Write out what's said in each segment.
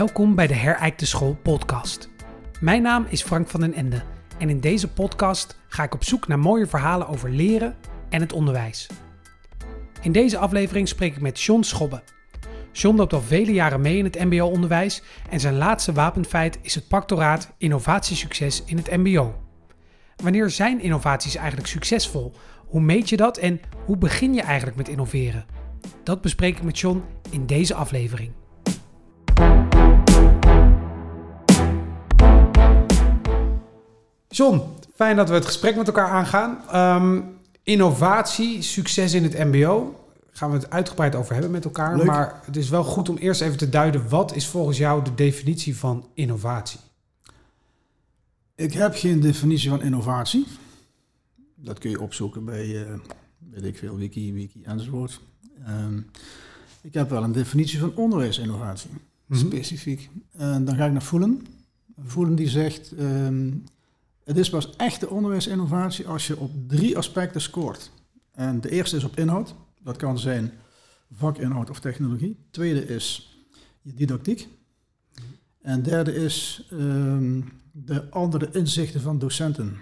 Welkom bij de Herijkte School podcast. Mijn naam is Frank van den Ende en in deze podcast ga ik op zoek naar mooie verhalen over leren en het onderwijs. In deze aflevering spreek ik met John Schobbe. John loopt al vele jaren mee in het mbo-onderwijs en zijn laatste wapenfeit is het practoraat Innovatiesucces in het mbo. Wanneer zijn innovaties eigenlijk succesvol? Hoe meet je dat en hoe begin je eigenlijk met innoveren? Dat bespreek ik met John in deze aflevering. John, fijn dat we het gesprek met elkaar aangaan. Innovatie, succes in het mbo. Daar gaan we het uitgebreid over hebben met elkaar. Leuk. Maar het is wel goed om eerst even te duiden, wat is volgens jou de definitie van innovatie? Ik heb geen definitie van innovatie. Dat kun je opzoeken bij, weet ik veel, wiki enzovoort. Ik heb wel een definitie van onderwijsinnovatie, specifiek. En dan ga ik naar Voelen. Voelen die zegt, het is pas echte onderwijsinnovatie als je op 3 aspecten scoort. En de eerste is op inhoud. Dat kan zijn vakinhoud of technologie. Tweede is je didactiek. En derde is de andere inzichten van docenten.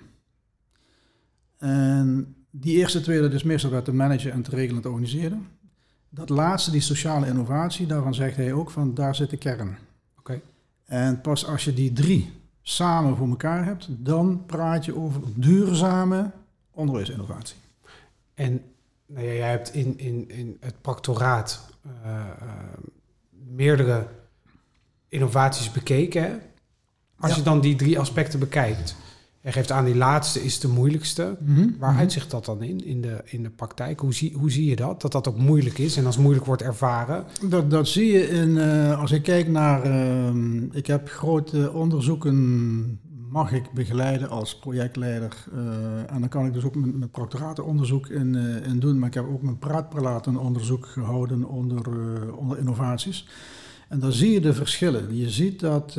En die eerste twee, dat is meestal wat te managen en te regelen en te organiseren. Dat laatste, die sociale innovatie, daarvan zegt hij ook van daar zit de kern. Oké. En pas als je die 3 samen voor elkaar hebt, dan praat je over duurzame onderwijsinnovatie. En nou ja, jij hebt in het practoraat meerdere innovaties bekeken. Hè? Als je dan die 3 aspecten bekijkt, je geeft aan die laatste is de moeilijkste. Waar uitzicht dat dan in de praktijk? Hoe zie je dat? Dat ook moeilijk is en als moeilijk wordt ervaren? Dat zie je in, als ik kijk naar, ik heb grote onderzoeken, mag ik begeleiden als projectleider. En dan kan ik dus ook met practoratenonderzoek in doen. Maar ik heb ook mijn praatprelatenonderzoek gehouden onder innovaties. En dan zie je de verschillen. Je ziet dat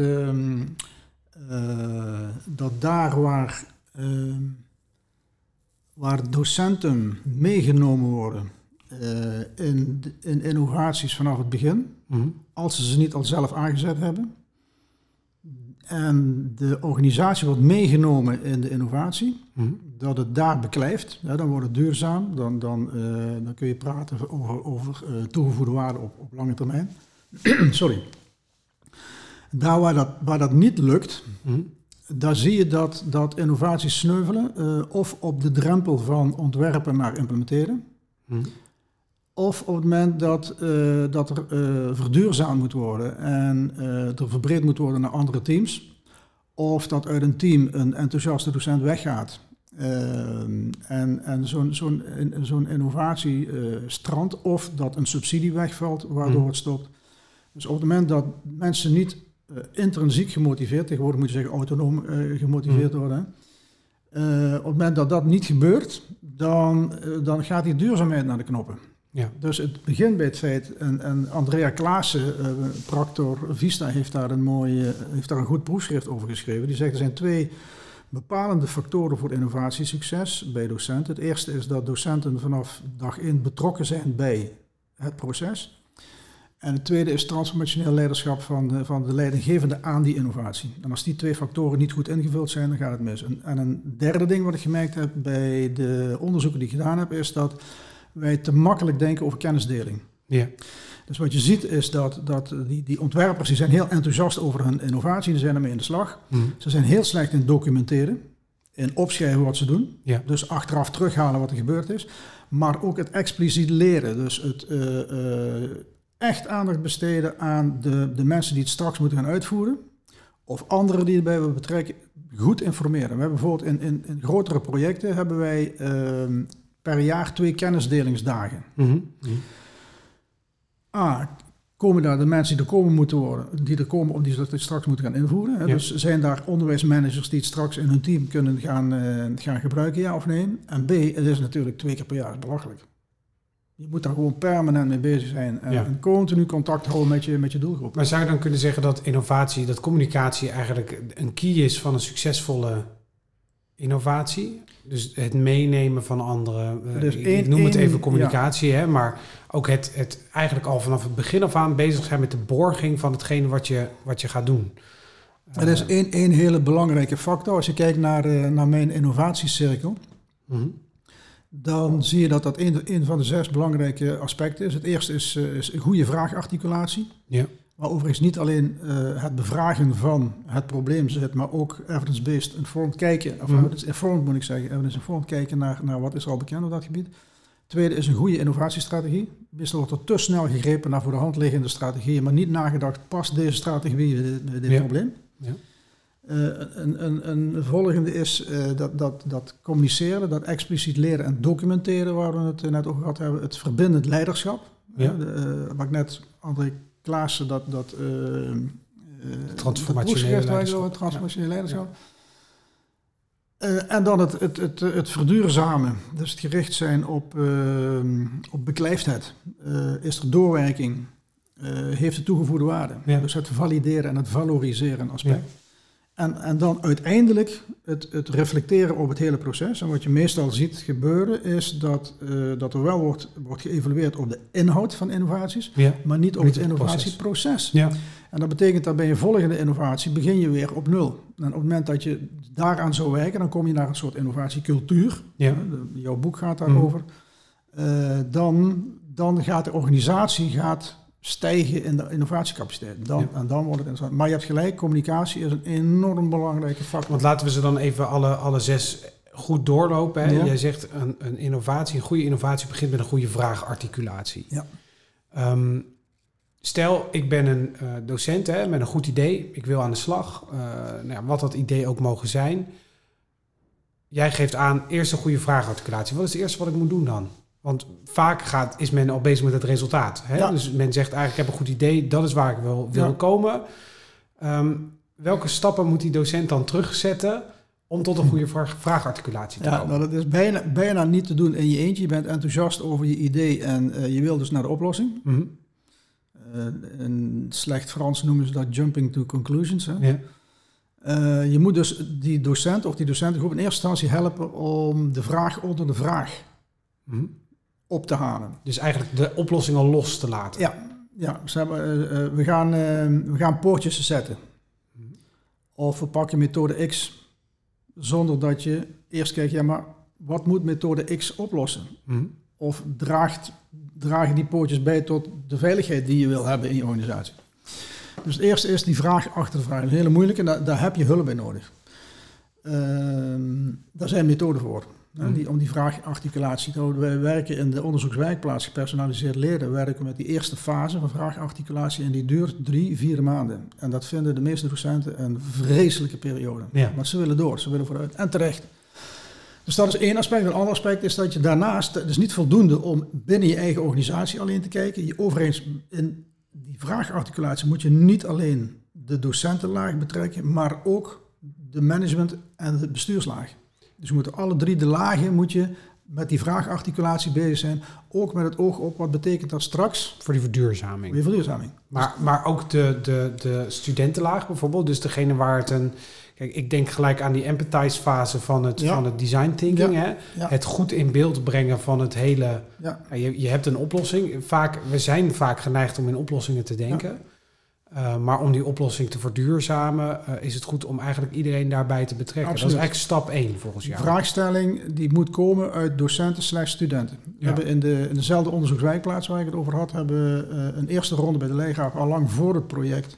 daar waar docenten meegenomen worden in innovaties vanaf het begin, als ze niet al zelf aangezet hebben, en de organisatie wordt meegenomen in de innovatie, dat het daar beklijft, ja, dan wordt het duurzaam, dan kun je praten over toegevoegde waarde op lange termijn. Sorry. Daar waar dat niet lukt, daar zie je dat innovaties sneuvelen, of op de drempel van ontwerpen naar implementeren, of op het moment dat er verduurzaamd moet worden en er verbreed moet worden naar andere teams, of dat uit een team een enthousiaste docent weggaat en zo'n innovatie strandt, of dat een subsidie wegvalt waardoor het stopt. Dus op het moment dat mensen niet intrinsiek gemotiveerd, tegenwoordig moet je zeggen autonoom gemotiveerd worden. Op het moment dat dat niet gebeurt, dan gaat die duurzaamheid naar de knoppen. Ja. Dus het begint bij het feit, en Andrea Klaassen, Practor Vista, heeft daar een goed proefschrift over geschreven. Die zegt er zijn 2 bepalende factoren voor innovatiesucces bij docenten. Het eerste is dat docenten vanaf dag 1 betrokken zijn bij het proces. En het tweede is transformationeel leiderschap van de leidinggevende aan die innovatie. En als die 2 factoren niet goed ingevuld zijn, dan gaat het mis. En een derde ding wat ik gemerkt heb bij de onderzoeken die ik gedaan heb, is dat wij te makkelijk denken over kennisdeling. Ja. Dus wat je ziet is dat die ontwerpers die zijn heel enthousiast over hun innovatie, die zijn ermee in de slag. Ze zijn heel slecht in documenteren, in opschrijven wat ze doen. Ja. Dus achteraf terughalen wat er gebeurd is. Maar ook het expliciet leren. Dus het echt aandacht besteden aan de mensen die het straks moeten gaan uitvoeren. Of anderen die erbij willen betrekken, goed informeren. We hebben bijvoorbeeld in grotere projecten hebben wij per jaar 2 kennisdelingsdagen. Komen daar de mensen die er komen moeten worden, die er komen om die dat straks moeten gaan invoeren. Hè? Ja. Dus zijn daar onderwijsmanagers die het straks in hun team kunnen gaan gebruiken, ja of nee? En B, het is natuurlijk 2 keer per jaar, belachelijk. Je moet daar gewoon permanent mee bezig zijn en continu contact houden met je doelgroep. Maar zou je dan kunnen zeggen dat innovatie, dat communicatie eigenlijk een key is van een succesvolle innovatie? Dus het meenemen van anderen. Dus ik noem het even communicatie, hè, maar ook het eigenlijk al vanaf het begin af aan bezig zijn met de borging van hetgene wat je gaat doen. Er is één hele belangrijke factor. Als je kijkt naar mijn innovatiecirkel, dan zie je dat een van de 6 belangrijke aspecten is. Het eerste is een goede vraagarticulatie. Ja. Maar overigens niet alleen het bevragen van het probleem zit, maar ook evidence-based informed kijken. Of evidence-informed moet ik zeggen. Evidence-informed kijken naar wat is er al bekend op dat gebied. Tweede is een goede innovatiestrategie. Meestal wordt er te snel gegrepen naar voor de hand liggende strategieën, maar niet nagedacht, past deze strategie bij dit probleem? Ja. Een volgende is dat communiceren, dat expliciet leren en documenteren, waar we het net over gehad hebben. Het verbindend leiderschap. Ja. Wat ik net, André Klaassen, transformationele leiderschap. En dan het verduurzamen, dus het gericht zijn op beklijfdheid. Is er doorwerking? Heeft het toegevoegde waarde? Ja. Dus het valideren en het valoriseren aspect. Ja. En dan uiteindelijk het reflecteren op het hele proces. En wat je meestal ziet gebeuren is dat er wel wordt geëvalueerd op de inhoud van innovaties, maar niet op het innovatieproces. Ja. En dat betekent dat bij je volgende innovatie begin je weer op nul. En op het moment dat je daaraan zou werken, dan kom je naar een soort innovatiecultuur. Ja. Jouw boek gaat daarover. Dan gaat de organisatie stijgen in de innovatiecapaciteit. En dan wordt het interessant. Maar je hebt gelijk, communicatie is een enorm belangrijke factor. Want laten we ze dan even alle 6 goed doorlopen. Hè? Ja. Jij zegt een goede innovatie begint met een goede vraagarticulatie. Ja. Stel, ik ben een docent met een goed idee. Ik wil aan de slag. Wat dat idee ook mogen zijn. Jij geeft aan, eerst een goede vraagarticulatie. Wat is het eerste wat ik moet doen dan? Want vaak is men al bezig met het resultaat. Hè? Ja. Dus men zegt eigenlijk, ik heb een goed idee, dat is waar ik wil komen. Welke stappen moet die docent dan terugzetten om tot een goede vraagarticulatie te komen? Nou, dat is bijna niet te doen in je eentje. Je bent enthousiast over je idee en je wil dus naar de oplossing. Mm-hmm. In slecht Frans noemen ze dat jumping to conclusions. Hè? Ja. Je moet dus die docent of die docentengroep in eerste instantie helpen om de vraag onder de vraag op te halen. Dus eigenlijk de oplossing al los te laten. Ja. We gaan poortjes zetten. Of we pakken methode X zonder dat je eerst kijkt, maar wat moet methode X oplossen? Of dragen die poortjes bij tot de veiligheid die je wil hebben in je organisatie? Dus het eerste is die vraag achter de vraag. Dat is een hele moeilijke en daar heb je hulp bij nodig. Daar zijn methoden voor. Om die vraagarticulatie te houden. Wij werken in de onderzoekswerkplaats gepersonaliseerd leren. Werken we met die eerste fase van vraagarticulatie en die duurt 3-4 maanden. En dat vinden de meeste docenten een vreselijke periode. Ja. Maar ze willen door, ze willen vooruit. En terecht. Dus dat is één aspect. Een ander aspect is dat je daarnaast, het is niet voldoende om binnen je eigen organisatie alleen te kijken. Overigens, in die vraagarticulatie moet je niet alleen de docentenlaag betrekken, maar ook de management en de bestuurslaag. Dus je moet alle 3 de lagen moet je met die vraagarticulatie bezig zijn. Ook met het oog op wat betekent dat straks. Voor die verduurzaming. Maar ook de studentenlaag bijvoorbeeld. Dus degene waar het Kijk, ik denk gelijk aan die empathize fase van het design thinking. Ja. Hè? Ja. Het goed in beeld brengen van het hele. Ja. Je hebt een oplossing. We zijn vaak geneigd om in oplossingen te denken. Ja. Maar om die oplossing te verduurzamen, is het goed om eigenlijk iedereen daarbij te betrekken. Absoluut. Dat is eigenlijk stap 1 volgens jou. De vraagstelling die moet komen uit docenten/studenten. We hebben in dezelfde onderzoekswijkplaats waar ik het over had, hebben een eerste ronde bij de Leijgraaf al lang voor het project.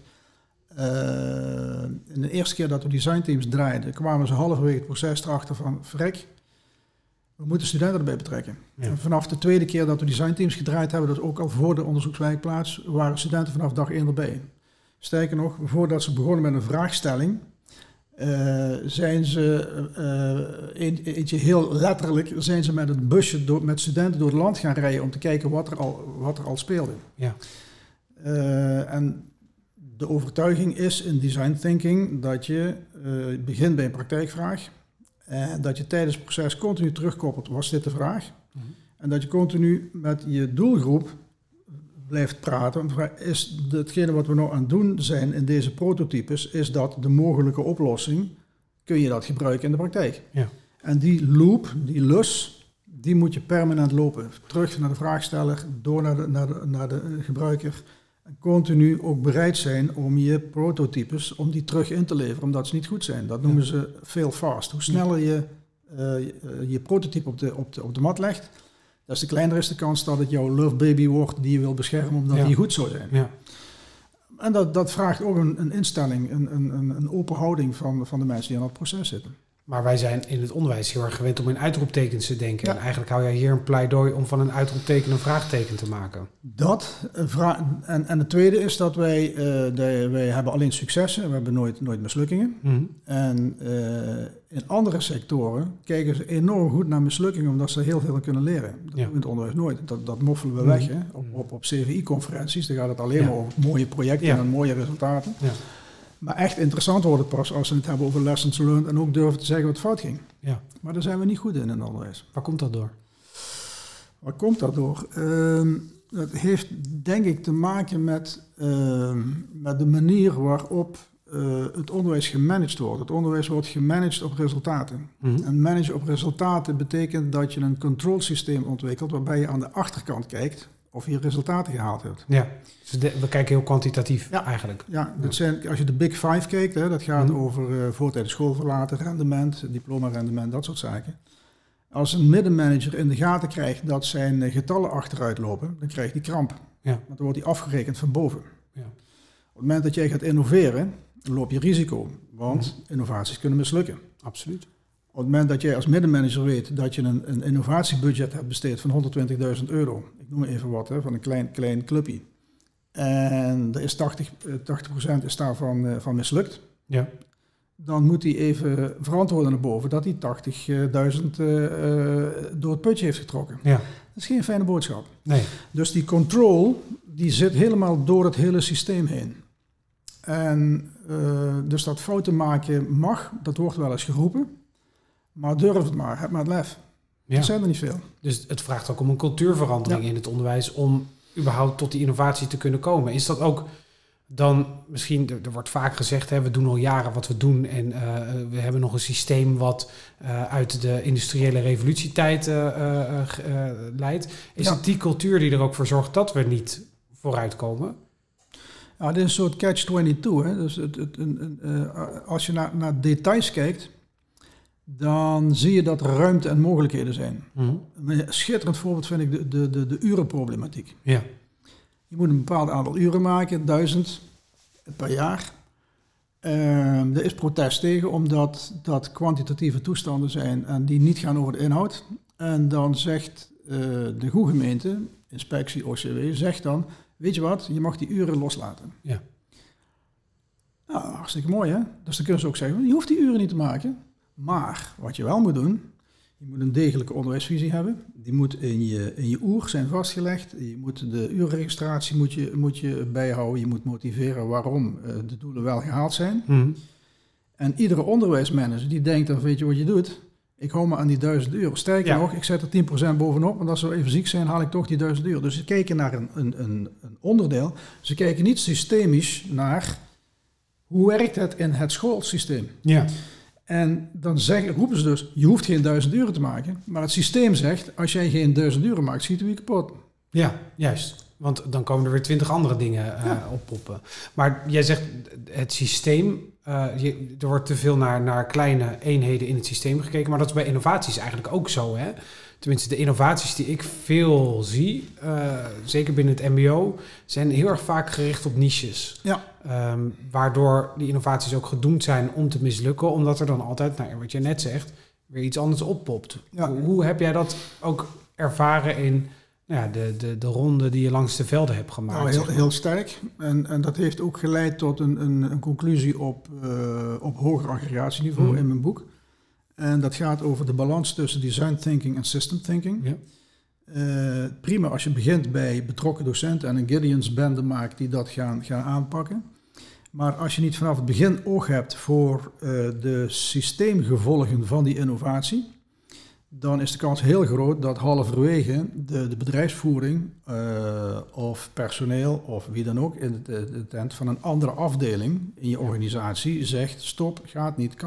In de eerste keer dat we designteams draaiden, kwamen ze halverwege het proces erachter van verrek. We moeten studenten erbij betrekken. Ja. En vanaf de tweede keer dat we designteams gedraaid hebben, dus ook al voor de onderzoekswijkplaats, waren studenten vanaf dag 1 erbij. Sterker nog, voordat ze begonnen met een vraagstelling, zijn ze, eentje heel letterlijk, zijn ze met een busje met studenten door het land gaan rijden om te kijken wat er al speelde. Ja. En de overtuiging is in design thinking dat je begint bij een praktijkvraag. Dat je tijdens het proces continu terugkoppelt, was dit de vraag? Mm-hmm. En dat je continu met je doelgroep blijft praten. Is hetgene wat we nou aan het doen zijn in deze prototypes, is dat de mogelijke oplossing kun je dat gebruiken in de praktijk. Ja. En die loop, die lus, die moet je permanent lopen. Terug naar de vraagsteller, door naar de gebruiker. En continu ook bereid zijn om je prototypes, om die terug in te leveren, omdat ze niet goed zijn. Dat noemen ze fail fast. Hoe sneller je je prototype op de mat legt, des te kleiner is de kans dat het jouw love baby wordt die je wil beschermen omdat die goed zou zijn. Ja. En dat vraagt ook een instelling, een open houding van de mensen die aan dat proces zitten. Maar wij zijn in het onderwijs heel erg gewend om in uitroeptekens te denken. Ja. En eigenlijk hou jij hier een pleidooi om van een uitroepteken een vraagteken te maken. En het tweede is dat wij hebben alleen successen. We hebben nooit mislukkingen. Mm-hmm. En in andere sectoren kijken ze enorm goed naar mislukkingen, omdat ze heel veel aan kunnen leren. Dat doen we in het onderwijs nooit. Dat moffelen we weg. Hè? Op CVI-conferenties, daar gaat het alleen maar over mooie projecten en mooie resultaten. Ja. Maar echt interessant wordt het pas als we het hebben over lessons learned en ook durven te zeggen wat fout ging. Ja. Maar daar zijn we niet goed in het onderwijs. Waar komt dat door? Waar komt dat door? Dat heeft denk ik te maken met de manier waarop het onderwijs gemanaged wordt. Het onderwijs wordt gemanaged op resultaten. Mm-hmm. En managen op resultaten betekent dat je een controlsysteem ontwikkelt waarbij je aan de achterkant kijkt of je resultaten gehaald hebt. Ja, dus we kijken heel kwantitatief eigenlijk. Ja, dat zijn, als je de Big Five kijkt, hè, dat gaat over voortijdig schoolverlaten, rendement, diploma-rendement, dat soort zaken. Als een middenmanager in de gaten krijgt dat zijn getallen achteruit lopen, dan krijgt hij kramp. Ja. Want dan wordt hij afgerekend van boven. Ja. Op het moment dat jij gaat innoveren, dan loop je risico, want innovaties kunnen mislukken. Absoluut. Op het moment dat jij als middenmanager weet dat je een innovatiebudget hebt besteed van €120.000, ik noem even wat, hè, van een klein clubje, en er is 80% is daarvan van mislukt, ja. Dan moet hij even verantwoorden naar boven dat hij 80.000 door het putje heeft getrokken. Ja. Dat is geen fijne boodschap. Nee. Dus die control, die zit helemaal door het hele systeem heen. En dus dat fouten maken mag, dat wordt wel eens geroepen. Maar durf het maar, heb maar het lef. Ja. Er zijn er niet veel. Dus het vraagt ook om een cultuurverandering in het onderwijs om überhaupt tot die innovatie te kunnen komen. Is dat ook dan misschien, er wordt vaak gezegd, hè, we doen al jaren wat we doen en we hebben nog een systeem wat uit de industriële revolutietijd leidt. Is het die cultuur die er ook voor zorgt dat we niet vooruitkomen? Ja, dit is een soort catch-22. Hè? Dus als je naar details kijkt, dan zie je dat er ruimte en mogelijkheden zijn. Mm-hmm. Een schitterend voorbeeld vind ik de urenproblematiek. Ja. Je moet een bepaald aantal uren maken, 1000 per jaar. Er is protest tegen, omdat dat kwantitatieve toestanden zijn en die niet gaan over de inhoud. En dan zegt de goede gemeente, inspectie, OCW, zegt dan, weet je wat, je mag die uren loslaten. Ja. Nou, hartstikke mooi hè. Dus dan kunnen ze ook zeggen, je hoeft die uren niet te maken. Maar wat je wel moet doen, je moet een degelijke onderwijsvisie hebben. Die moet in je oer zijn vastgelegd. Je moet de uurregistratie moet je bijhouden. Je moet motiveren waarom de doelen wel gehaald zijn. Mm-hmm. En iedere onderwijsmanager die denkt dan, weet je wat je doet? Ik hou me aan die 1000 uur. Sterker nog, ik zet er 10% bovenop. Want als ze even ziek zijn, haal ik toch die 1000 uur. Dus ze kijken naar een onderdeel. Ze kijken niet systemisch naar hoe werkt het in het schoolsysteem. Ja. En dan roepen ze dus, je hoeft geen 1000 uren te maken. Maar het systeem zegt, als jij geen 1000 uren maakt, schiet je kapot. Ja, juist. Want dan komen er weer 20 andere dingen oppoppen. Maar jij zegt, het systeem, er wordt te veel naar kleine eenheden in het systeem gekeken. Maar dat is bij innovaties eigenlijk ook zo, hè? Tenminste, de innovaties die ik veel zie, zeker binnen het mbo, zijn heel erg vaak gericht op niches. Ja. Waardoor die innovaties ook gedoemd zijn om te mislukken, omdat er dan altijd, wat je net zegt, weer iets anders oppopt. Ja. Hoe heb jij dat ook ervaren in de ronde die je langs de velden hebt gemaakt? Nou, heel sterk. En dat heeft ook geleid tot een conclusie op hoger aggregatieniveau in mijn boek. En dat gaat over de balans tussen design thinking en system thinking. Ja. Prima als je begint bij betrokken docenten en een Gideon's bende maakt die dat gaan aanpakken. Maar als je niet vanaf het begin oog hebt voor de systeemgevolgen van die innovatie, dan is de kans heel groot dat halverwege de bedrijfsvoering of personeel of wie dan ook in de tent van een andere afdeling in je organisatie zegt stop, gaat niet, kan niet.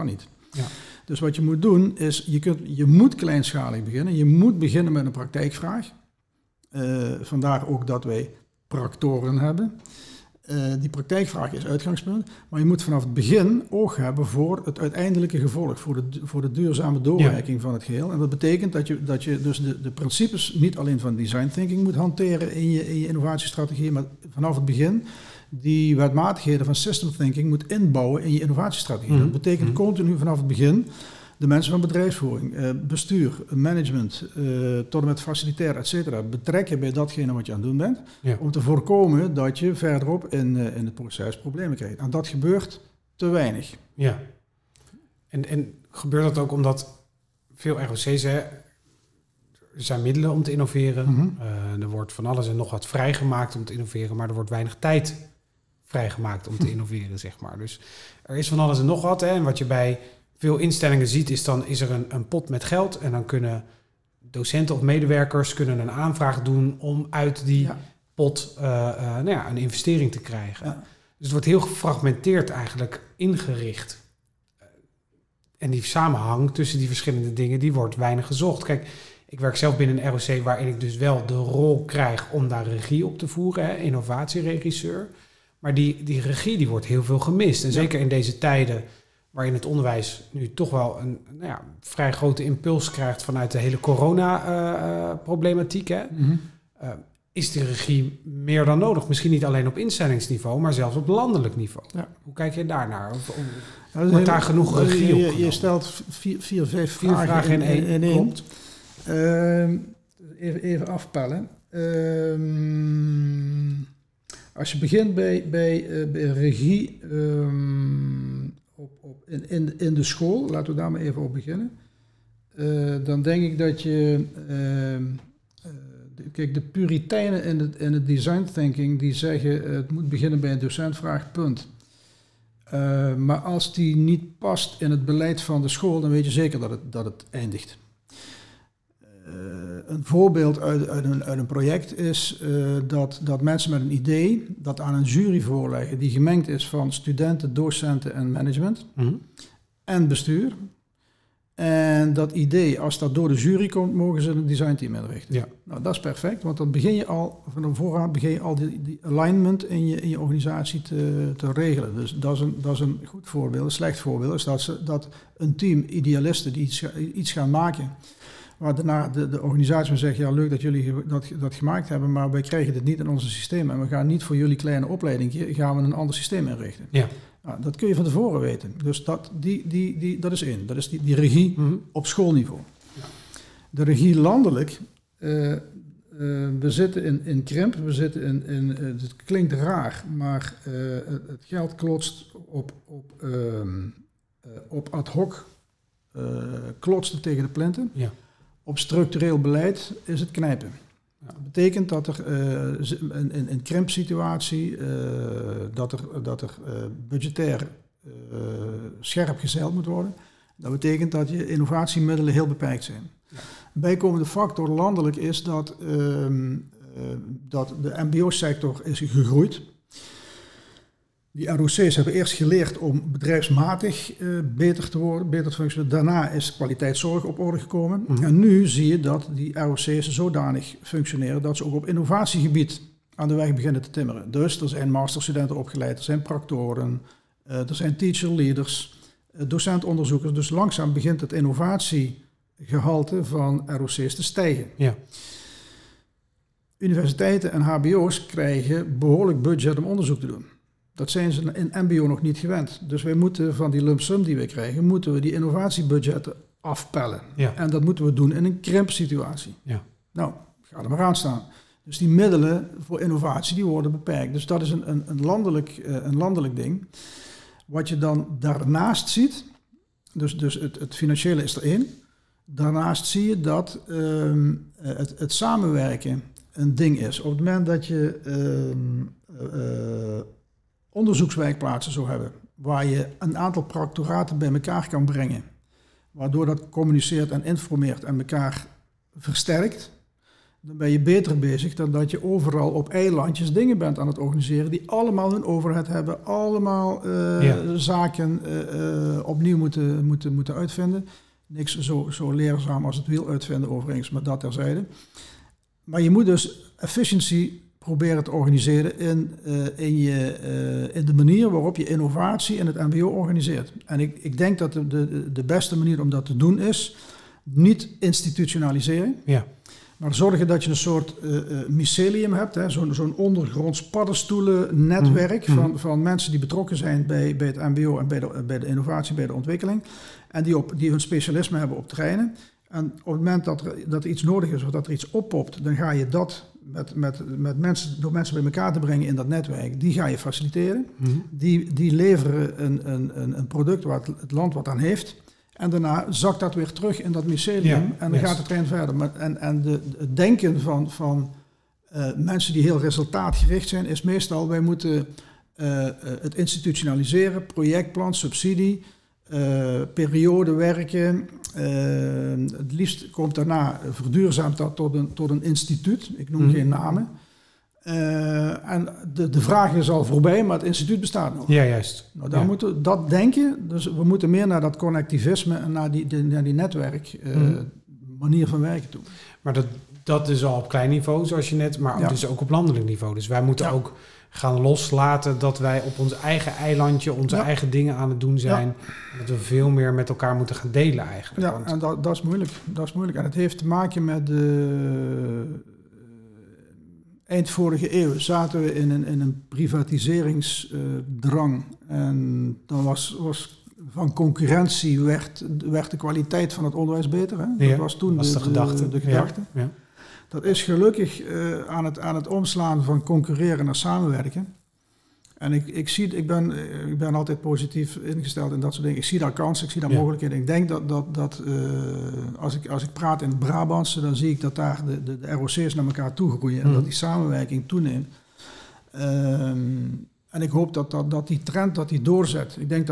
Ja. Dus wat je moet doen is, je moet kleinschalig beginnen. Je moet beginnen met een praktijkvraag. Vandaar ook dat wij practoren hebben. Die praktijkvraag is uitgangspunt. Maar je moet vanaf het begin oog hebben voor het uiteindelijke gevolg. Voor de duurzame doorwerking van het geheel. En dat betekent dat je dus de principes niet alleen van design thinking moet hanteren in je innovatiestrategie. Maar vanaf het begin die wetmatigheden van system thinking moet inbouwen in je innovatiestrategie. Dat betekent continu vanaf het begin de mensen van bedrijfsvoering, bestuur, management, tot en met facilitair, et cetera, betrekken bij datgene wat je aan het doen bent, om te voorkomen dat je verderop in het proces problemen krijgt. En dat gebeurt te weinig. Ja. En gebeurt dat ook omdat veel ROC's, er zijn middelen om te innoveren, er wordt van alles en nog wat vrijgemaakt om te innoveren, maar er wordt weinig tijd vrijgemaakt om te innoveren, zeg maar. Dus er is van alles en nog wat. Hè. En wat je bij veel instellingen ziet, is er een pot met geld. En dan kunnen docenten of medewerkers een aanvraag doen om uit die pot een investering te krijgen. Ja. Dus het wordt heel gefragmenteerd eigenlijk ingericht. En die samenhang tussen die verschillende dingen, die wordt weinig gezocht. Kijk, ik werk zelf binnen een ROC waarin ik dus wel de rol krijg om daar regie op te voeren, hè, innovatieregisseur. Maar die regie die wordt heel veel gemist. En zeker in deze tijden waarin het onderwijs nu toch wel een vrij grote impuls krijgt vanuit de hele corona-problematiek. Is die regie meer dan nodig? Misschien niet alleen op instellingsniveau, maar zelfs op landelijk niveau. Ja. Hoe kijk je daarnaar? Wordt daar genoeg regie op genomen? Je stelt vier vragen in één. Klopt. Even afpellen. Als je begint bij regie in de school, laten we daar maar even op beginnen. Dan denk ik dat je... Kijk, de puriteinen in het design thinking, die zeggen het moet beginnen bij een docentvraag, punt. Maar als die niet past in het beleid van de school, dan weet je zeker dat het eindigt. Een voorbeeld uit een project is dat mensen met een idee dat aan een jury voorleggen die gemengd is van studenten, docenten en management en bestuur. En dat idee, als dat door de jury komt, mogen ze een designteam inrichten. Ja. Nou, dat is perfect, want dan begin je al, van vooraan begin je al die alignment in je organisatie te regelen. Dus dat is een goed voorbeeld. Een slecht voorbeeld is dat een team idealisten die iets gaan maken, waar daarna de organisatie zegt, ja, leuk dat jullie dat gemaakt hebben, maar wij krijgen dit niet in onze systemen en we gaan niet voor jullie kleine opleiding, gaan we een ander systeem inrichten. Ja. Nou, dat kun je van tevoren weten. Dus dat is één. Dat is die regie op schoolniveau. Ja. De regie landelijk, we zitten in krimp, we zitten het klinkt raar, maar het geld klotst op ad hoc, klotst tegen de plinten. Ja. Op structureel beleid is het knijpen. Ja. Dat betekent dat er in een krimpsituatie, dat er budgetair scherp gezeild moet worden. Dat betekent dat je innovatiemiddelen heel beperkt zijn. Ja. Een bijkomende factor landelijk is dat de mbo-sector is gegroeid. Die ROC's hebben eerst geleerd om bedrijfsmatig beter te worden, beter te functioneren. Daarna is kwaliteitszorg op orde gekomen. En nu zie je dat die ROC's zodanig functioneren dat ze ook op innovatiegebied aan de weg beginnen te timmeren. Dus er zijn masterstudenten opgeleid, er zijn practoren, er zijn teacher leaders, docentonderzoekers. Dus langzaam begint het innovatiegehalte van ROC's te stijgen. Ja. Universiteiten en hbo's krijgen behoorlijk budget om onderzoek te doen. Dat zijn ze in mbo nog niet gewend. Dus wij moeten van die lump sum die wij krijgen, moeten we die innovatiebudgetten afpellen. Ja. En dat moeten we doen in een krimpsituatie. Ja. Nou, ga er maar aan staan. Dus die middelen voor innovatie, die worden beperkt. Dus dat is een landelijk ding. Wat je dan daarnaast ziet, dus het financiële is er één. Daarnaast zie je dat het samenwerken een ding is. Op het moment dat je onderzoekswerkplaatsen zou hebben, waar je een aantal practoraten bij elkaar kan brengen, waardoor dat communiceert en informeert en elkaar versterkt, dan ben je beter bezig dan dat je overal op eilandjes dingen bent aan het organiseren die allemaal hun overhead hebben, allemaal zaken opnieuw moeten uitvinden. Niks zo leerzaam als het wiel uitvinden overigens, maar dat terzijde. Maar je moet dus efficiency proberen te organiseren in de manier waarop je innovatie in het mbo organiseert. En ik denk dat de beste manier om dat te doen is niet institutionalisering, maar zorgen dat je een soort mycelium hebt, hè, zo'n ondergronds paddenstoelennetwerk van mensen die betrokken zijn bij het mbo en bij de innovatie, bij de ontwikkeling, en die hun specialisme hebben op terreinen. En op het moment dat er iets nodig is of dat er iets oppopt, dan ga je dat door mensen bij elkaar te brengen in dat netwerk, die ga je faciliteren. Die leveren een product waar het land wat aan heeft. En daarna zakt dat weer terug in dat mycelium en dan gaat de trein verder. En het denken van mensen die heel resultaatgericht zijn, is meestal, wij moeten het institutionaliseren, projectplan, subsidie, periode werken. Het liefst komt daarna, verduurzaamt dat tot een instituut. Ik noem geen namen. En de vraag is al voorbij, maar het instituut bestaat nog. Ja, juist. Nou, daar moeten we dat denken. Dus we moeten meer naar dat connectivisme en naar die netwerk manier van werken toe. Maar dat is al op klein niveau, zoals je net, maar dus ook op landelijk niveau. Dus wij moeten ook gaan loslaten dat wij op ons eigen eilandje onze eigen dingen aan het doen zijn. Dat we veel meer met elkaar moeten gaan delen eigenlijk. Ja, en dat is moeilijk. Dat is moeilijk. En het heeft te maken met de eind vorige eeuw zaten we in een privatiseringsdrang. En dan was van concurrentie werd de kwaliteit van het onderwijs beter. Hè? Dat was toen de gedachte. Ja. Dat is gelukkig aan het omslaan van concurreren naar samenwerken. En ik ben altijd positief ingesteld in dat soort dingen. Ik zie daar kansen, ik zie daar mogelijkheden. Ik denk dat als ik praat in het Brabantse, dan zie ik dat daar de ROC's naar elkaar toe groeien en dat die samenwerking toeneemt. En ik hoop dat die trend die doorzet. Ik denk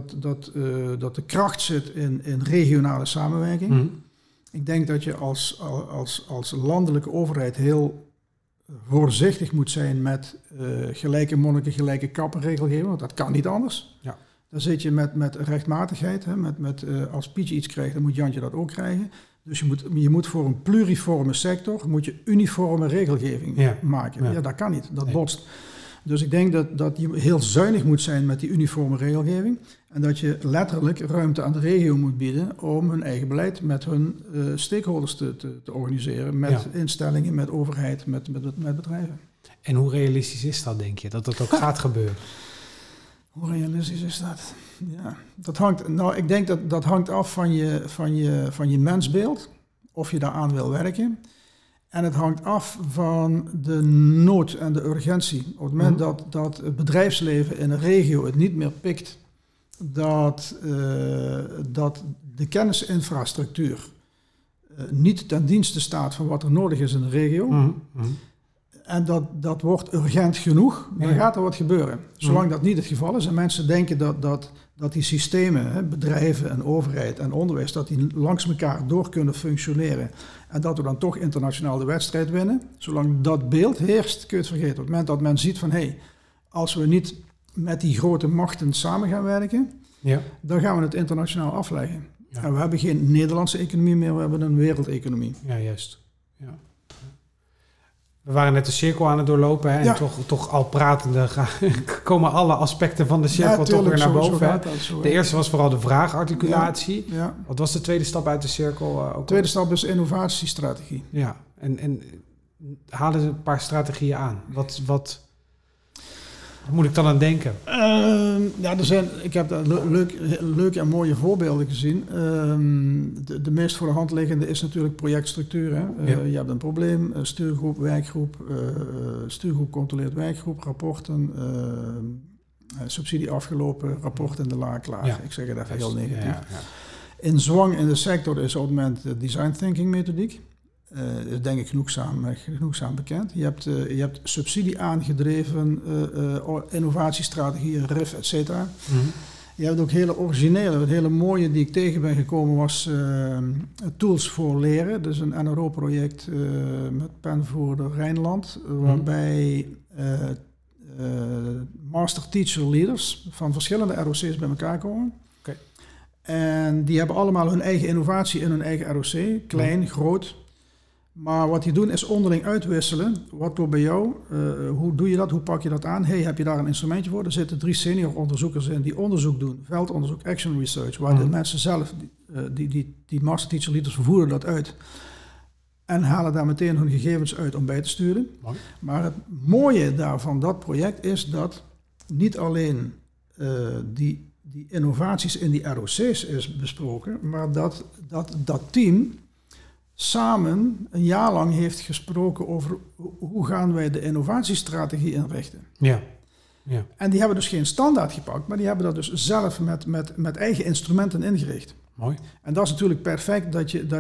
dat de kracht zit in regionale samenwerking. Ik denk dat je als landelijke overheid heel voorzichtig moet zijn met gelijke monniken, gelijke kappen regelgeving, want dat kan niet anders. Ja. Dan zit je met rechtmatigheid. Hè, als Pietje iets krijgt, dan moet Jantje dat ook krijgen. Dus je moet voor een pluriforme sector uniforme regelgeving maken. Ja, dat kan niet. Dat botst. Dus ik denk dat je heel zuinig moet zijn met die uniforme regelgeving. En dat je letterlijk ruimte aan de regio moet bieden om hun eigen beleid met hun stakeholders te organiseren. Met instellingen, met overheid, met bedrijven. En hoe realistisch is dat, denk je? Dat dat ook gaat gebeuren? Hoe realistisch is dat? Ja, ik denk dat hangt af van je mensbeeld. Of je daaraan wil werken. En het hangt af van de nood en de urgentie. Op het moment dat het bedrijfsleven in een regio het niet meer pikt, dat de kennisinfrastructuur niet ten dienste staat van wat er nodig is in de regio, en dat wordt urgent genoeg, dan gaat er wat gebeuren. Zolang dat niet het geval is en mensen denken dat die systemen, bedrijven en overheid en onderwijs, dat die langs elkaar door kunnen functioneren en dat we dan toch internationaal de wedstrijd winnen. Zolang dat beeld heerst, kun je het vergeten. Op het moment dat men ziet van, als we niet met die grote machten samen gaan werken, dan gaan we het internationaal afleggen. Ja. En we hebben geen Nederlandse economie meer, we hebben een wereldeconomie. Ja, juist. Ja. We waren net de cirkel aan het doorlopen en toch al pratende komen alle aspecten van de cirkel toch weer naar boven. De eerste was vooral de vraagarticulatie. Ja. Wat was de tweede stap uit de cirkel? De tweede stap is innovatiestrategie. Ja, en halen ze een paar strategieën aan. Wat moet ik dan aan denken? Ik heb daar leuke en mooie voorbeelden gezien. De meest voor de hand liggende is natuurlijk projectstructuur. Hè? Je hebt een probleem, stuurgroep, werkgroep, stuurgroep controleert werkgroep, rapporten, subsidie afgelopen, rapport in de la, klaar. Ja. Ik zeg het even heel negatief. Ja. In zwang in de sector is op het moment de design thinking methodiek. Is denk ik genoegzaam bekend. Je hebt subsidie aangedreven, innovatiestrategieën, RIF, et cetera. Je hebt ook hele originele, het hele mooie die ik tegen ben gekomen was Tools voor Leren. Dus een NRO-project met penvoerder Rijnland, waarbij master teacher leaders van verschillende ROC's bij elkaar komen. Okay. En die hebben allemaal hun eigen innovatie in hun eigen ROC, klein, groot. Maar wat die doen is onderling uitwisselen. Wat door bij jou? Hoe doe je dat? Hoe pak je dat aan? Hey, heb je daar een instrumentje voor? Er zitten 3 senior onderzoekers in die onderzoek doen. Veldonderzoek, action research. Waar de mensen zelf, die master teacher leaders voeren dat uit. En halen daar meteen hun gegevens uit om bij te sturen. Mooi. Maar het mooie daarvan, dat project, is dat niet alleen die innovaties in die ROC's is besproken. Maar dat team samen een jaar lang heeft gesproken over hoe gaan wij de innovatiestrategie inrichten. Ja. En die hebben dus geen standaard gepakt, maar die hebben dat dus zelf met eigen instrumenten ingericht. Mooi. En dat is natuurlijk perfect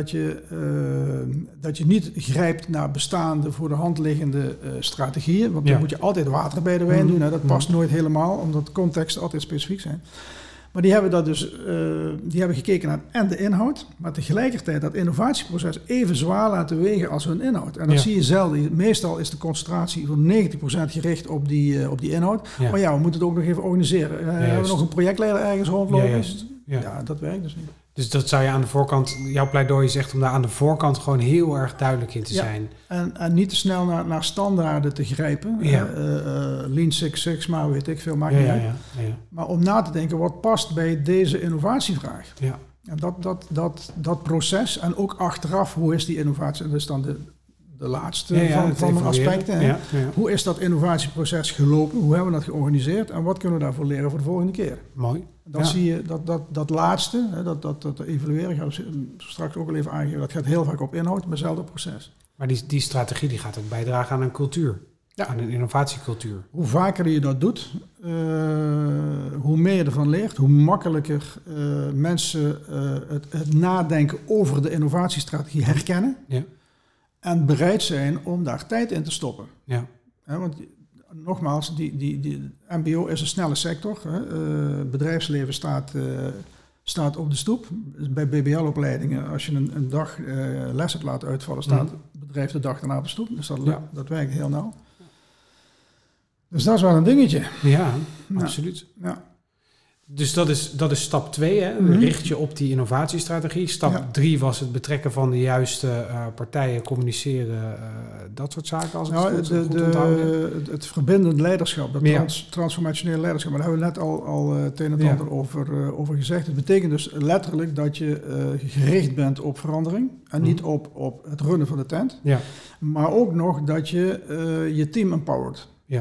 dat je niet grijpt naar bestaande voor de hand liggende strategieën, want dan moet je altijd water bij de wijn doen. Hè. Dat past nooit helemaal, omdat contexten altijd specifiek zijn. Maar die hebben dat dus, die hebben gekeken naar en de inhoud, maar tegelijkertijd dat innovatieproces even zwaar laten wegen als hun inhoud. En dat zie je zelden. Meestal is de concentratie voor 90% gericht op die inhoud. Ja. Maar we moeten het ook nog even organiseren. Hebben we nog een projectleider ergens rondlopen? Ja, dat werkt dus niet. Dus dat zou je aan de voorkant, jouw pleidooi zegt om daar aan de voorkant gewoon heel erg duidelijk in te zijn. En niet te snel naar standaarden te grijpen. Lean Six Sigma, weet ik veel, maakt niet uit. Maar om na te denken, wat past bij deze innovatievraag? Ja. En dat proces en ook achteraf, hoe is die innovatie? Dat is dan de laatste van mijn aspecten. Ja. Hoe is dat innovatieproces gelopen? Hoe hebben we dat georganiseerd? En wat kunnen we daarvoor leren voor de volgende keer? Mooi. Dan zie je dat laatste, dat evalueren, gaan we straks ook al even aangeven, dat gaat heel vaak op inhoud, maar zelden op proces. Maar die strategie die gaat ook bijdragen aan een cultuur, aan een innovatiecultuur. Hoe vaker je dat doet, hoe meer je ervan leert, hoe makkelijker mensen het nadenken over de innovatiestrategie herkennen en bereid zijn om daar tijd in te stoppen. Ja. Want nogmaals, die MBO is een snelle sector. Bedrijfsleven staat op de stoep. Bij BBL-opleidingen, als je een dag les hebt laten uitvallen, staat het bedrijf de dag daarna op de stoep. Dus dat werkt heel nauw. Dus dat is wel een dingetje. Ja, absoluut. Ja. Dus dat is stap 2, hè? Richt je op die innovatiestrategie. Stap 3 was het betrekken van de juiste partijen, communiceren, dat soort zaken. Als goed onthouden. Het verbindend leiderschap, dat transformationeel leiderschap, maar daar hebben we net al het een en ander over gezegd. Het betekent dus letterlijk dat je gericht bent op verandering en niet op het runnen van de tent. Ja. Maar ook nog dat je je team empowert. Ja.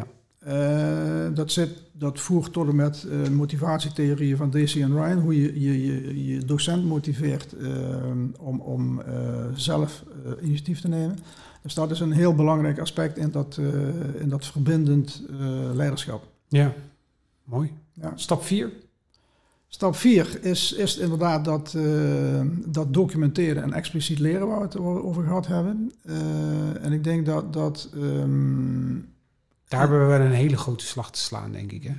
Dat voert tot en met motivatietheorieën van Deci en Ryan, hoe je docent motiveert om zelf initiatief te nemen. Dus dat is een heel belangrijk aspect in dat verbindend leiderschap. Ja, mooi. Ja. Stap 4? Stap 4 is inderdaad dat documenteren en expliciet leren waar we het over gehad hebben. En ik denk dat daar hebben we wel een hele grote slag te slaan, denk ik. Hè?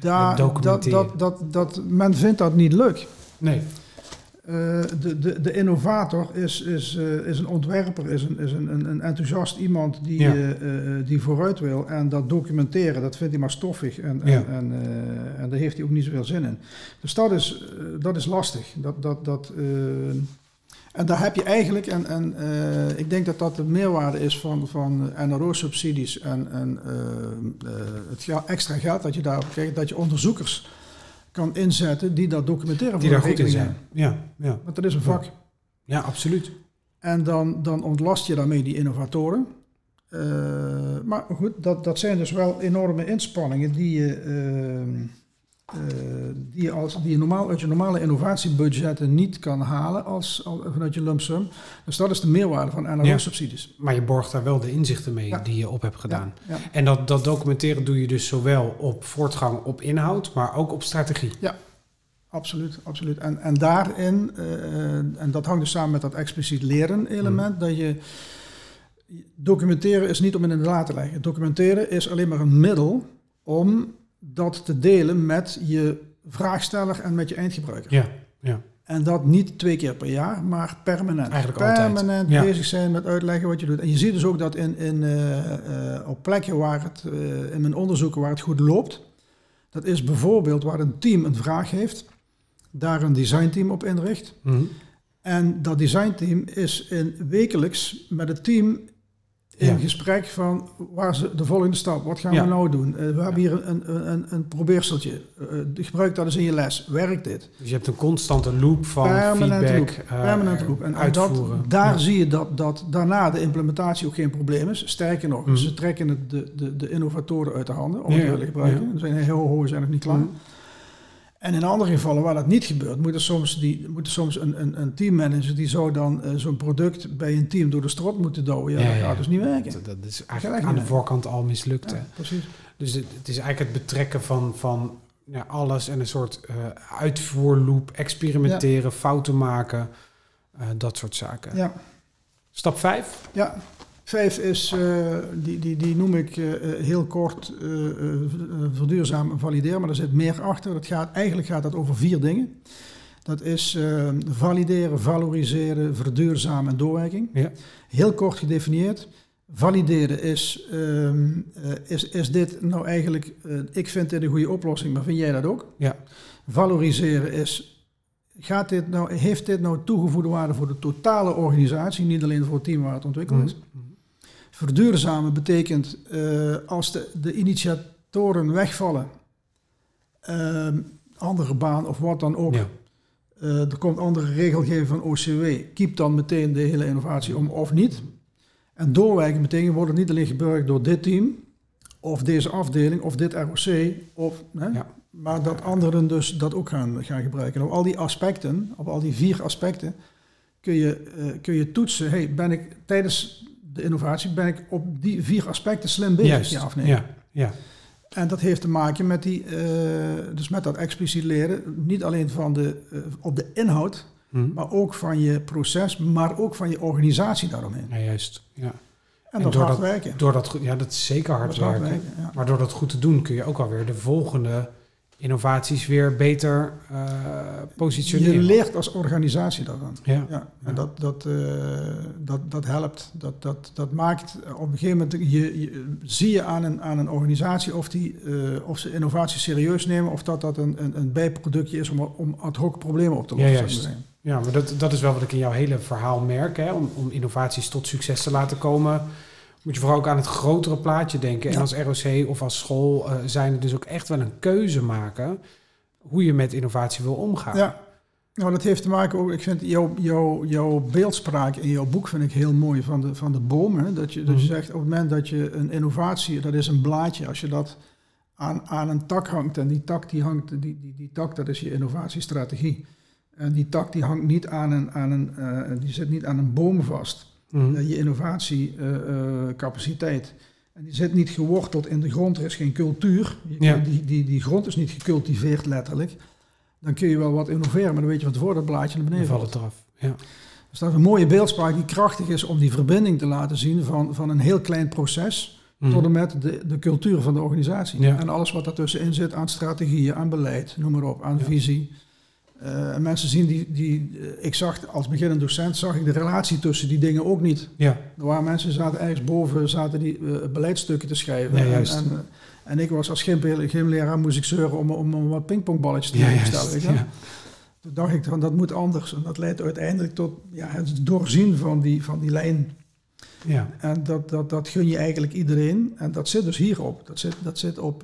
Men vindt dat niet leuk. Nee. De innovator is een ontwerper, is een enthousiast iemand die vooruit wil. En dat documenteren, dat vindt hij maar stoffig. En daar heeft hij ook niet zoveel zin in. Dus dat is lastig. En daar heb je eigenlijk, ik denk dat de meerwaarde is van NRO-subsidies en het extra geld dat je daarop krijgt, dat je onderzoekers kan inzetten die dat documenteren. Die daar goed in zijn. Ja. Want dat is een vak. Ja, absoluut. En dan ontlast je daarmee die innovatoren. Maar goed, dat zijn dus wel enorme inspanningen die je normaal uit je normale innovatiebudgetten niet kan halen vanuit je lump sum. Dus dat is de meerwaarde van NRO-subsidies. Ja, maar je borgt daar wel de inzichten mee die je op hebt gedaan. Ja. En dat documenteren doe je dus zowel op voortgang, op inhoud, maar ook op strategie. Ja, absoluut. En daarin, en dat hangt dus samen met dat expliciet leren element, dat je documenteren is niet om in de la te leggen. Documenteren is alleen maar een middel om dat te delen met je vraagsteller en met je eindgebruiker. Ja, ja. En dat niet 2 keer per jaar, maar permanent. Eigenlijk permanent altijd. bezig zijn met uitleggen wat je doet. En je ziet dus ook dat op plekken waar het, in mijn onderzoeken waar het goed loopt, dat is bijvoorbeeld waar een team een vraag heeft, daar een designteam op inricht. Mm-hmm. En dat designteam is wekelijks met het team in gesprek van waar is de volgende stap, wat gaan we nou doen? We hebben hier een probeerseltje, gebruik dat eens in je les, werkt dit? Dus je hebt een constante loop van feedback, permanent loop. En uitvoeren. Daar zie je dat daarna de implementatie ook geen probleem is. Sterker nog, ze trekken de innovatoren uit de handen om het te willen gebruiken. Er zijn heel hoog, zijn nog niet klaar. En in andere gevallen waar dat niet gebeurt, moet er soms een teammanager die zou dan zo'n product bij een team door de strot moeten douwen. Dat gaat dus niet werken. Dat is eigenlijk aan de voorkant al mislukt. Ja, precies. Dus het is eigenlijk het betrekken van alles en een soort uitvoerloop, experimenteren, fouten maken, dat soort zaken. Ja. Stap 5? Ja. 5 is, die noem ik heel kort verduurzamen en valideren, maar er zit meer achter. Eigenlijk gaat dat over 4 dingen. Dat is valideren, valoriseren, verduurzamen en doorwerking. Ja. Heel kort gedefinieerd. Valideren is dit nou eigenlijk, ik vind dit een goede oplossing, maar vind jij dat ook? Ja. Valoriseren is, heeft dit nou toegevoegde waarde voor de totale organisatie, niet alleen voor het team waar het ontwikkeld is? Verduurzamen betekent als de initiatoren wegvallen, andere baan of wat dan ook, er komt andere regelgeving van OCW, keep dan meteen de hele innovatie om of niet. En doorwerken betekent wordt het niet alleen gebruikt door dit team of deze afdeling of dit ROC, maar dat anderen dus dat ook gaan gebruiken. Op al die aspecten, op al die 4 aspecten kun je toetsen, ben ik tijdens de innovatie op die 4 aspecten slim bezig. Juist. Ja of nee? Ja. En dat heeft te maken met dus met dat expliciet leren, niet alleen op de inhoud, maar ook van je proces, maar ook van je organisatie daaromheen. Ja, juist. Ja. En dat hard werken. Dat is zeker hard werken. Ja. Maar door dat goed te doen kun je ook alweer de volgende innovaties weer beter positioneren. Je leert als organisatie daarvan. Ja. En dat helpt. Dat maakt op een gegeven moment, zie je aan een organisatie of ze innovatie serieus nemen of dat een bijproductje is om ad hoc problemen op te lossen. Ja, juist. Ja, maar dat is wel wat ik in jouw hele verhaal merk. Hè? Om innovaties tot succes te laten komen, moet je vooral ook aan het grotere plaatje denken. Ja. En als ROC of als school zijn er dus ook echt wel een keuze maken hoe je met innovatie wil omgaan. Ja, nou dat heeft te maken ook, ik vind jouw beeldspraak in jouw boek vind ik heel mooi van de boom. Hè? Dat je zegt op het moment dat je een innovatie, dat is een blaadje, als je dat aan een tak hangt en die tak die hangt, die tak dat is je innovatiestrategie. En die tak die hangt niet die zit niet aan een boom vast. Je innovatiecapaciteit. En die zit niet geworteld in de grond, er is geen cultuur. Die grond is niet gecultiveerd letterlijk. Dan kun je wel wat innoveren, maar dan weet je wat voor dat blaadje naar beneden valt. Het eraf. Ja. Dus dat is een mooie beeldspraak die krachtig is om die verbinding te laten zien van een heel klein proces tot en met de cultuur van de organisatie. Ja. En alles wat daartussenin zit aan strategieën, aan beleid, noem maar op, aan visie. Mensen zien ik zag als beginnend docent, zag ik de relatie tussen die dingen ook niet. Ja. Er waren mensen die zaten ergens boven, die beleidsstukken te schrijven. Ja, en ik was als gymleraar, moest ik zeuren om wat pingpongballetjes te stellen. Ja. Toen dacht ik, dat moet anders. En dat leidt uiteindelijk tot het doorzien van die lijn. Ja. En dat gun je eigenlijk iedereen. En dat zit dus hierop. Dat zit op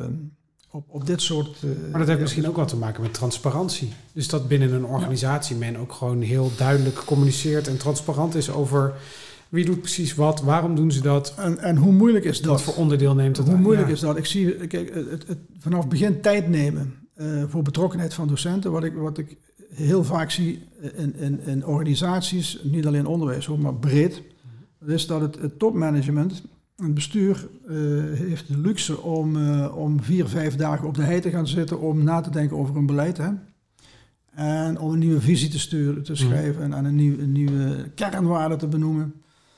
dit soort... maar dat heeft misschien ook wat te maken met transparantie. Dus dat binnen een organisatie men ook gewoon heel duidelijk communiceert en transparant is over wie doet precies wat, waarom doen ze dat. En hoe moeilijk is dat? Wat voor onderdeel neemt het? Hoe moeilijk is dat? Ik zie het vanaf begin tijd nemen voor betrokkenheid van docenten. Wat ik heel vaak zie in organisaties, niet alleen onderwijs, maar breed, is dat het topmanagement... Het bestuur heeft de luxe om 4-5 dagen op de hei te gaan zitten om na te denken over een beleid. Hè? En om een nieuwe visie te schrijven en een nieuwe kernwaarde te benoemen.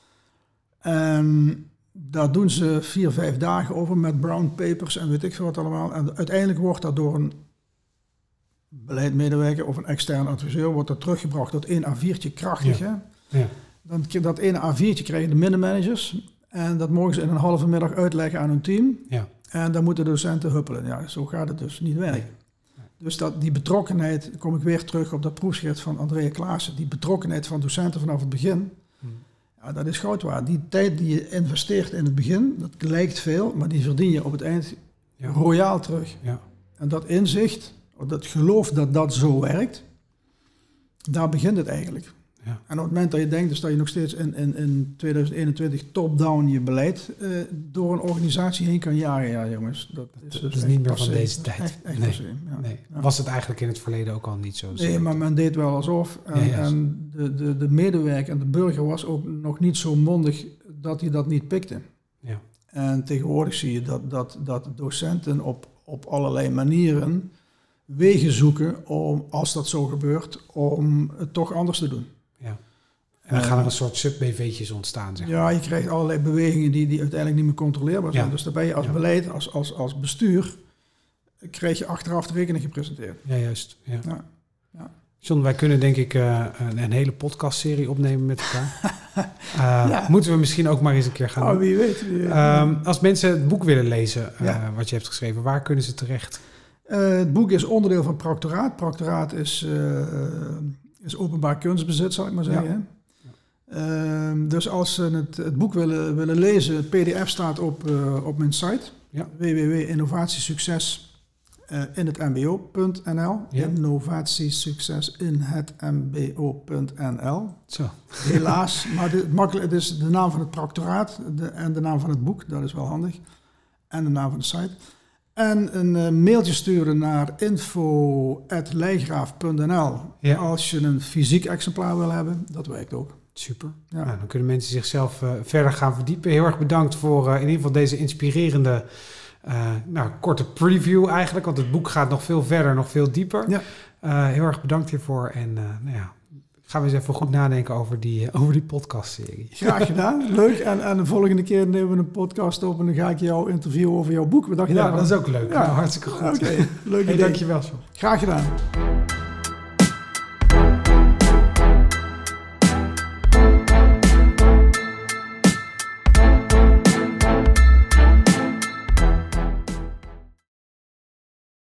En daar doen ze 4-5 dagen over met brown papers en weet ik veel wat allemaal. En uiteindelijk wordt dat door beleidmedewerker of een extern adviseur, wordt dat teruggebracht tot 1 A4'tje krachtig. Ja. Hè? Ja. Dan dat ene A4'tje krijgen de middenmanagers en dat mogen ze in een halve middag uitleggen aan hun team. Ja. En dan moeten de docenten huppelen. Ja, zo gaat het dus niet werken. Dus die betrokkenheid, kom ik weer terug op dat proefschrift van Andrea Klaassen, die betrokkenheid van docenten vanaf het begin, ja, dat is goud waard. Die tijd die je investeert in het begin, dat lijkt veel, maar die verdien je op het eind royaal terug. Ja. En dat inzicht, dat geloof dat dat zo werkt, daar begint het eigenlijk. Ja. En op het moment dat je denkt dus dat je nog steeds in 2021 top-down je beleid door een organisatie heen kan jagen, ja jongens, dat is dus niet meer passé. van deze tijd. Echt nee. passé, ja. Nee. Ja. Was het eigenlijk in het verleden ook al niet zo? Nee, maar men deed wel alsof. En de medewerker en de burger was ook nog niet zo mondig dat hij dat niet pikte. Ja. En tegenwoordig zie je dat docenten op allerlei manieren wegen zoeken om, als dat zo gebeurt, om het toch anders te doen. Ja. En dan gaan er een soort sub-BV'tjes ontstaan, zeg maar. Ja, je krijgt allerlei bewegingen die uiteindelijk niet meer controleerbaar zijn. Ja. Dus dan ben je als beleid, als bestuur, krijg je achteraf de rekening gepresenteerd. Ja, juist. Ja. Ja. Ja. John, wij kunnen denk ik een hele podcastserie opnemen met elkaar. Moeten we misschien ook maar eens een keer gaan doen. Wie weet. Als mensen het boek willen lezen, wat je hebt geschreven, waar kunnen ze terecht? Het boek is onderdeel van Proctoraat. Proctoraat is openbaar kunstbezit, zal ik maar zeggen. Ja. Dus als ze het boek willen lezen, het pdf staat op mijn site. Ja. www.innovatiesucces in het mbo.nl. Ja. Innovatiesucces in het mbo.nl. Zo. Helaas, maar het is de naam van het proctoraat en de naam van het boek, dat is wel handig. En de naam van de site. En een mailtje sturen naar info@leigraaf.nl als je een fysiek exemplaar wil hebben. Dat werkt ook. Super. Ja. Nou, dan kunnen mensen zichzelf verder gaan verdiepen. Heel erg bedankt voor in ieder geval deze inspirerende korte preview eigenlijk. Want het boek gaat nog veel verder, nog veel dieper. Ja. Heel erg bedankt hiervoor. En gaan we eens even goed nadenken over die podcastserie. Graag gedaan. Leuk. En de volgende keer nemen we een podcast op en dan ga ik jou interviewen over jouw boek. Wat dacht je daarvan? Dat is ook leuk. Ja. Nou, hartstikke goed. Oké, leuk idee. Dankjewel. Graag gedaan.